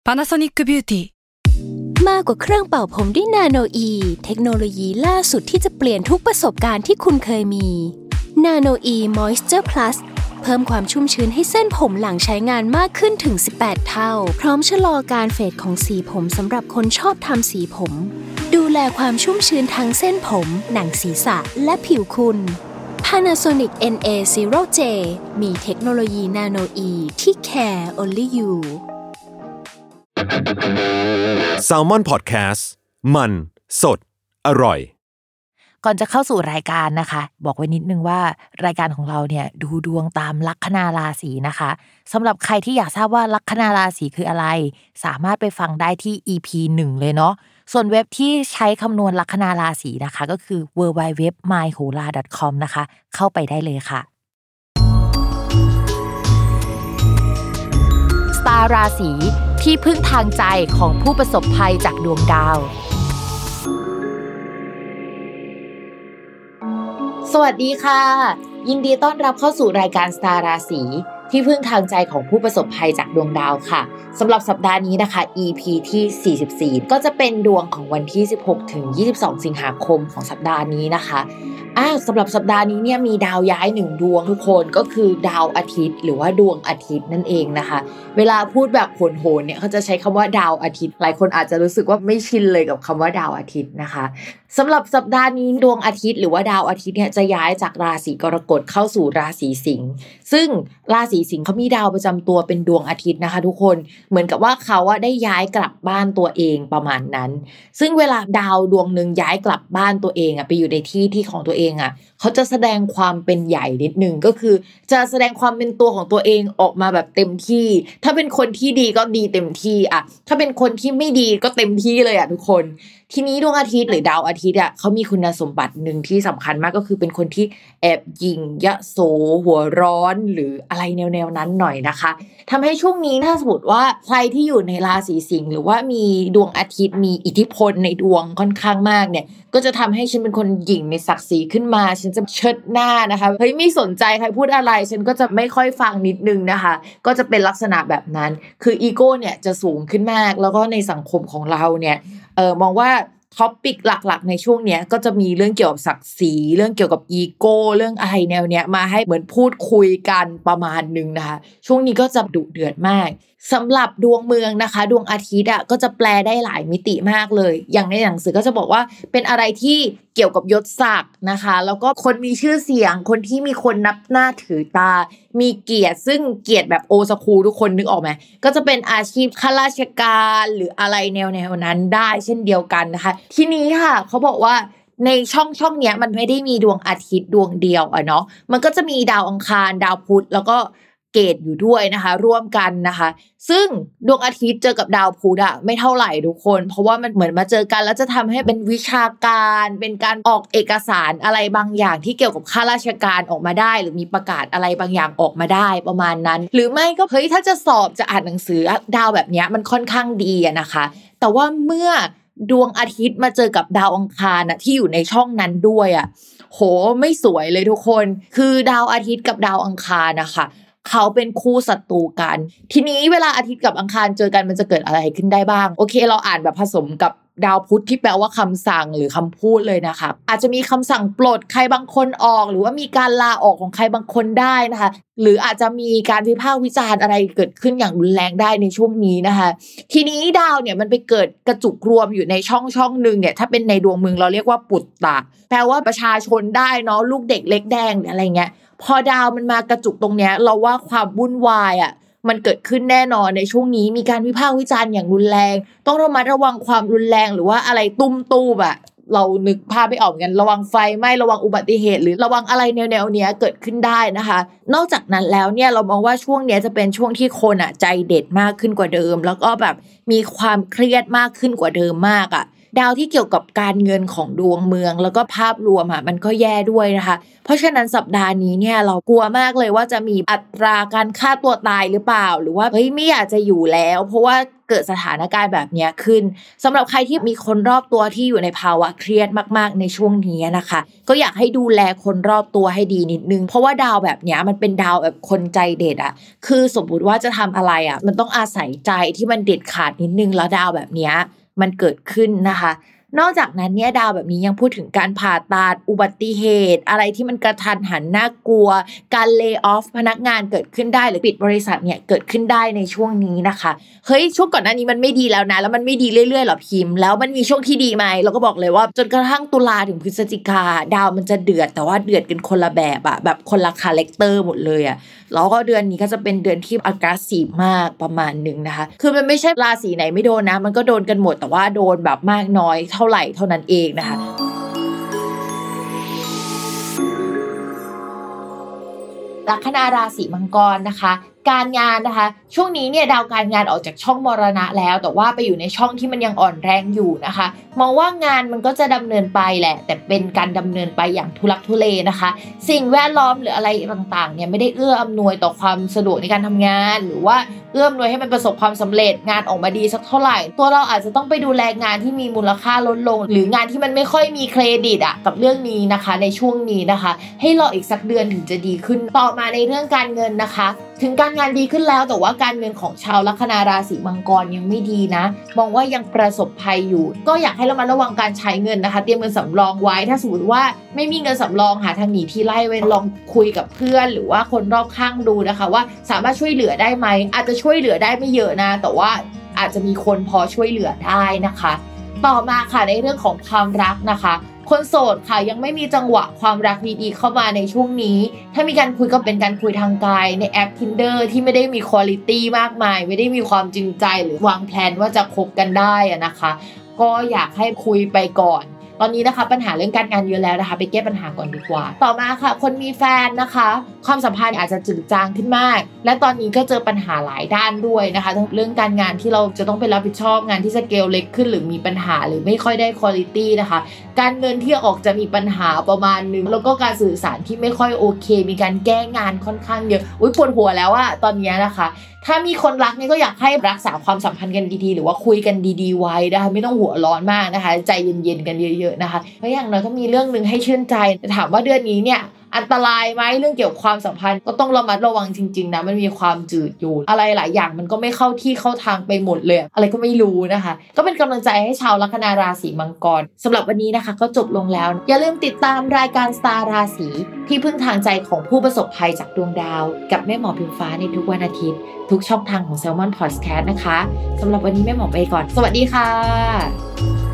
Panasonic Beauty มากกว่าเครื่องเป่าผมด้วยนาโนอีเทคโนโลยีล่าสุดที่จะเปลี่ยนทุกประสบการณ์ที่คุณเคยมีนาโนอีมอยส์เจอร์พลัสเพิ่มความชุ่มชื้นให้เส้นผมหลังใช้งานมากขึ้นถึง18เท่าพร้อมชะลอการเฟดของสีผมสำหรับคนชอบทำสีผมดูแลความชุ่มชื้นทั้งเส้นผมหนังศีรษะและผิวคุณ Panasonic NA0J มีเทคโนโลยีนาโนอีที่ care only you Salmon Podcast มันสดอร่อยก่อนจะเข้าสู่รายการนะคะบอกไว้นิดนึงว่ารายการของเราเนี่ยดูดวงตามลัคนาราศีนะคะสำหรับใครที่อยากทราบว่าลัคนาราศีคืออะไรสามารถไปฟังได้ที่ EP 1 เลยเนาะส่วนเว็บที่ใช้คำนวณลัคนาราศีนะคะก็คือ www.myhola.com นะคะเข้าไปได้เลยค่ะสตาร์ราศีที่พึ่งทางใจของผู้ประสบภัยจากดวงดาวสวัสดีค่ะยินดีต้อนรับเข้าสู่รายการสตาร์ราศีที่พึ่งทางใจของผู้ประสบภัยจากดวงดาวค่ะสำหรับสัปดาห์นี้นะคะ EP ที่44ก็จะเป็นดวงของวันที่16ถึง22สิงหาคมของสัปดาห์นี้นะคะสำหรับสัปดาห์นี้เนี่ยมีดาวย้าย1ดวงทุกคนก็คือดาวอาทิตย์หรือว่าดวงอาทิตย์นั่นเองนะคะเวลาพูดแบบโหนๆเนี่ยเขาจะใช้คำว่าดาวอาทิตย์หลายคนอาจจะรู้สึกว่าไม่ชินเลยกับคำว่าดาวอาทิตย์นะคะสำหรับสัปดาห์นี้ดวงอาทิตย์หรือว่าดาวอาทิตย์เนี่ยจะย้ายจากราศีกรกฎเข้าสู่ราศีสิงห์ซึ่งราศีสิงห์เขามีดาวประจำตัวเป็นดวงอาทิตย์นะคะทุกคนเหมือนกับว่าเขาได้ย้ายกลับบ้านตัวเองประมาณนั้นซึ่งเวลาดาวดวงนึงย้ายกลับบ้านตัวเองไปอยู่ในที่ของตัวเองเขาจะแสดงความเป็นใหญ่นิดนึงก็คือจะแสดงความเป็นตัวของตัวเองออกมาแบบเต็มที่ถ้าเป็นคนที่ดีก็ดีเต็มที่ถ้าเป็นคนที่ไม่ดีก็เต็มที่เลยทุกคนทีนี้ดวงอาทิตย์หรือดาวอาทิตย์เขามีคุณสมบัติหนึ่งที่สำคัญมากก็คือเป็นคนที่แอบหยิ่งยโสหัวร้อนหรืออะไรแนวนั้นหน่อยนะคะทำให้ช่วงนี้ถ้าสมมติว่าใครที่อยู่ในราศีสิงห์หรือว่ามีดวงอาทิตย์มีอิทธิพลในดวงค่อนข้างมากเนี่ยก็จะทำให้ฉันเป็นคนหยิ่งในศักดิ์ศรีขึ้นมาฉันจะเชิดหน้านะคะเฮ้ยไม่สนใจใครพูดอะไรฉันก็จะไม่ค่อยฟังนิดนึงนะคะก็จะเป็นลักษณะแบบนั้นคืออีโก้เนี่ยจะสูงขึ้นมากแล้วก็ในสังคมของเราเนี่ยมองว่าท็อปปิกหลักๆในช่วงเนี้ยก็จะมีเรื่องเกี่ยวกับศักดิ์ศรีเรื่องเกี่ยวกับอีโก้เรื่องอะไรแนวเนี้ยมาให้เหมือนพูดคุยกันประมาณนึงนะคะช่วงนี้ก็จะดุเดือดมากสำหรับดวงเมืองนะคะดวงอาทิตย์ก็จะแปลได้หลายมิติมากเลยอย่างในหนังสือก็จะบอกว่าเป็นอะไรที่เกี่ยวกับยศศักดิ์นะคะแล้วก็คนมีชื่อเสียงคนที่มีคนนับหน้าถือตามีเกียรติซึ่งเกียรติแบบโอสคูทุกคนนึกออกไหมก็จะเป็นอาชีพข้าราชการหรืออะไรแนวนั้นได้เช่นเดียวกันนะคะทีนี้ค่ะเขาบอกว่าในช่องเนี้ยมันไม่ได้มีดวงอาทิตย์ดวงเดียวเนาะมันก็จะมีดาวอังคารดาวพุธแล้วก็เกตอยู่ด้วยนะคะร่วมกันนะคะซึ่งดวงอาทิตย์เจอกับดาวพุธไม่เท่าไหร่ทุกคนเพราะว่ามันเหมือนมาเจอกันแล้วจะทำให้เป็นวิชาการเป็นการออกเอกสารอะไรบางอย่างที่เกี่ยวกับข้าราชการออกมาได้หรือมีประกาศอะไรบางอย่างออกมาได้ประมาณนั้นหรือไม่ก็เฮ้ยถ้าจะสอบจะอ่านหนังสือดาวแบบนี้มันค่อนข้างดีนะคะแต่ว่าเมื่อดวงอาทิตย์มาเจอกับดาวอังคารที่อยู่ในช่องนั้นด้วยโหไม่สวยเลยทุกคนคือดาวอาทิตย์กับดาวอังคารนะคะเขาเป็นคู่ศัตรูกันทีนี้เวลาอาทิตย์กับอังคารเจอกันมันจะเกิดอะไรขึ้นได้บ้างโอเคเราอ่านแบบผสมกับดาวพุธที่แปลว่าคำสั่งหรือคำพูดเลยนะคะอาจจะมีคำสั่งปลดใครบางคนออกหรือว่ามีการลาออกของใครบางคนได้นะคะหรืออาจจะมีการวิพากษ์วิจารณ์อะไรเกิดขึ้นอย่างรุนแรงได้ในช่วงนี้นะคะทีนี้ดาวเนี่ยมันไปเกิดกระจุกรวมอยู่ในช่องนึงเนี่ยถ้าเป็นในดวงเมืองเราเรียกว่าปุตตะแปลว่าประชาชนได้เนาะลูกเด็กเล็กแดงอะไรเงี้ยพอดาวมันมากระจุกตรงเนี้ยเราว่าความวุ่นวายมันเกิดขึ้นแน่นอนในช่วงนี้มีการวิพากษ์วิจารณ์อย่างรุนแรงต้องระมัดระวังความรุนแรงหรือว่าอะไรตุ้มเรานึกภาพไม่ออกเหมือนกันระวังไฟไหม้ระวังอุบัติเหตุหรือระวังอะไรแนวเนี้ยเกิดขึ้นได้นะคะนอกจากนั้นแล้วเนี่ยเรามองว่าช่วงเนี้ยจะเป็นช่วงที่คนใจเด็ดมากขึ้นกว่าเดิมแล้วก็แบบมีความเครียดมากขึ้นกว่าเดิมมากดาวที่เกี่ยวกับการเงินของดวงเมืองแล้วก็ภาพรวมมันก็แย่ด้วยนะคะเพราะฉะนั้นสัปดาห์นี้เนี่ยเรากลัวมากเลยว่าจะมีอัตราการฆ่าตัวตายหรือเปล่าหรือว่าเฮ้ยไม่อยากจะอยู่แล้วเพราะว่าเกิดสถานการณ์แบบนี้ขึ้นสำหรับใครที่มีคนรอบตัวที่อยู่ในภาวะเครียดมากๆในช่วงนี้นะคะก็อยากให้ดูแลคนรอบตัวให้ดีนิดนึงเพราะว่าดาวแบบนี้มันเป็นดาวแบบคนใจเด็ดอะคือสมมติว่าจะทำอะไรอะมันต้องอาศัยใจที่มันเด็ดขาดนิดนึงแล้วดาวแบบนี้มันเกิดขึ้นนะคะนอกจากนั้นเนี่ยดาวแบบนี้ยังพูดถึงการผ่าตัดอุบัติเหตุอะไรที่มันกระทันหันน่ากลัวการเลย์ออฟพนักงานเกิดขึ้นได้หรือปิดบริษัทเนี่ยเกิดขึ้นได้ในช่วงนี้นะคะเฮ้ยช่วงก่อนหน้านี้มันไม่ดีแล้วนะแล้วมันไม่ดีเรื่อยๆหรอพิมพ์แล้วมันมีช่วงที่ดีไหมเราก็บอกเลยว่าจนกระทั่งตุลาถึงพฤศจิกาดาวมันจะเดือดแต่ว่าเดือดกันคนละแบบอะแบบคนละคาแรคเตอร์หมดเลยอะแล้วก็เดือนนี้ก็จะเป็นเดือนที่ aggressive มากประมาณนึงนะคะคือมันไม่ใช่ราศีไหนไม่โดนนะมันก็โดนกันหมดแต่ว่าโดนแบบมากน้อยเท่าไหร่เท่านั้นเองนะคะลัคนาราศีมังกรนะคะการงานนะคะช่วงนี้เนี่ยดาวการงานออกจากช่องมรณะแล้วแต่ว่าไปอยู่ในช่องที่มันยังอ่อนแรงอยู่นะคะมองว่างานมันก็จะดำเนินไปแหละแต่เป็นการดำเนินไปอย่างทุลักทุเลนะคะสิ่งแวดล้อมหรืออะไรต่างๆเนี่ยไม่ได้เอื้ออำนวยต่อความสะดวกในการทำงานหรือว่าเอื้ออำนวยให้มันประสบความสำเร็จงานออกมาดีสักเท่าไหร่ตัวเราอาจจะต้องไปดูแลงานที่มีมูลค่าลดลงหรืองานที่มันไม่ค่อยมีเครดิตอะกับเรื่องนี้นะคะในช่วงนี้นะคะให้รออีกสักเดือนถึงจะดีขึ้นต่อมาในเรื่องการเงินนะคะถึงการงานดีขึ้นแล้วแต่ว่าการเงินของชาวลัคนาราศีมังกรยังไม่ดีนะมองว่ายังประสบภัยอยู่ก็อยากให้ระวังการใช้เงินนะคะเตรียมเงินสำรองไว้ถ้าสมมติว่าไม่มีเงินสำรองหาทางหนีทีไล่ไว้ลองคุยกับเพื่อนหรือว่าคนรอบข้างดูนะคะว่าสามารถช่วยเหลือได้ไหมอาจจะช่วยเหลือได้ไม่เยอะนะแต่ว่าอาจจะมีคนพอช่วยเหลือได้นะคะต่อมาค่ะในเรื่องของความรักนะคะคนโสดค่ะยังไม่มีจังหวะความรักดีๆเข้ามาในช่วงนี้ถ้ามีการคุยก็เป็นการคุยทางกายในแอป Tinder ที่ไม่ได้มีควอลิตี้มากมายไม่ได้มีความจริงใจหรือวางแผนว่าจะคบกันได้นะคะก็อยากให้คุยไปก่อนตอนนี้นะคะปัญหาเรื่องการงานเยอะแล้วนะคะไปแก้ปัญหาก่อนดีกว่าต่อมาค่ะคนมีแฟนนะคะความสัมพันธ์อาจจะจืดจางขึ้นมากและตอนนี้ก็เจอปัญหาหลายด้านด้วยนะคะทั้งเรื่องการงานที่เราจะต้องไปรับผิดชอบงานที่สเกลเล็กขึ้นหรือมีปัญหาหรือไม่ค่อยได้ควอลิตี้นะคะการเงินที่ออกจะมีปัญหาประมาณนึงแล้วก็การสื่อสารที่ไม่ค่อยโอเคมีการแก้งานค่อนข้างเยอะปวดหัวแล้วอะตอนนี้นะคะถ้ามีคนรักเนี่ยก็อยากให้รักษาความสัมพันธ์กันดีๆหรือว่าคุยกันดีๆไว้นะคะไม่ต้องหัวร้อนมากนะคะใจเย็นๆกันเยอะๆนะคะเพราะอย่างน้อยก็มีเรื่องนึงให้ชื่นใจแต่ถามว่าเดือนนี้เนี่ยอันตรายไหมเรื่องเกี่ยวกับความสัมพันธ์ก็ต้องระมัดระวังจริงๆนะมันมีความจืดอยู่อะไรหลายอย่างมันก็ไม่เข้าที่เข้าทางไปหมดเลยอะไรก็ไม่รู้นะคะก็เป็นกำลังใจให้ชาวลัคนาราศีมังกรสำหรับวันนี้นะคะก็จบลงแล้วอย่าลืมติดตามรายการสตาร์ราศีที่พึ่งทางใจของผู้ประสบภัยจากดวงดาวกับแม่หมอพิมฟ้าในทุกวันอาทิตย์ทุกช่องทางของ Salmon Podcast นะคะสำหรับวันนี้แม่หมอไปก่อนสวัสดีค่ะ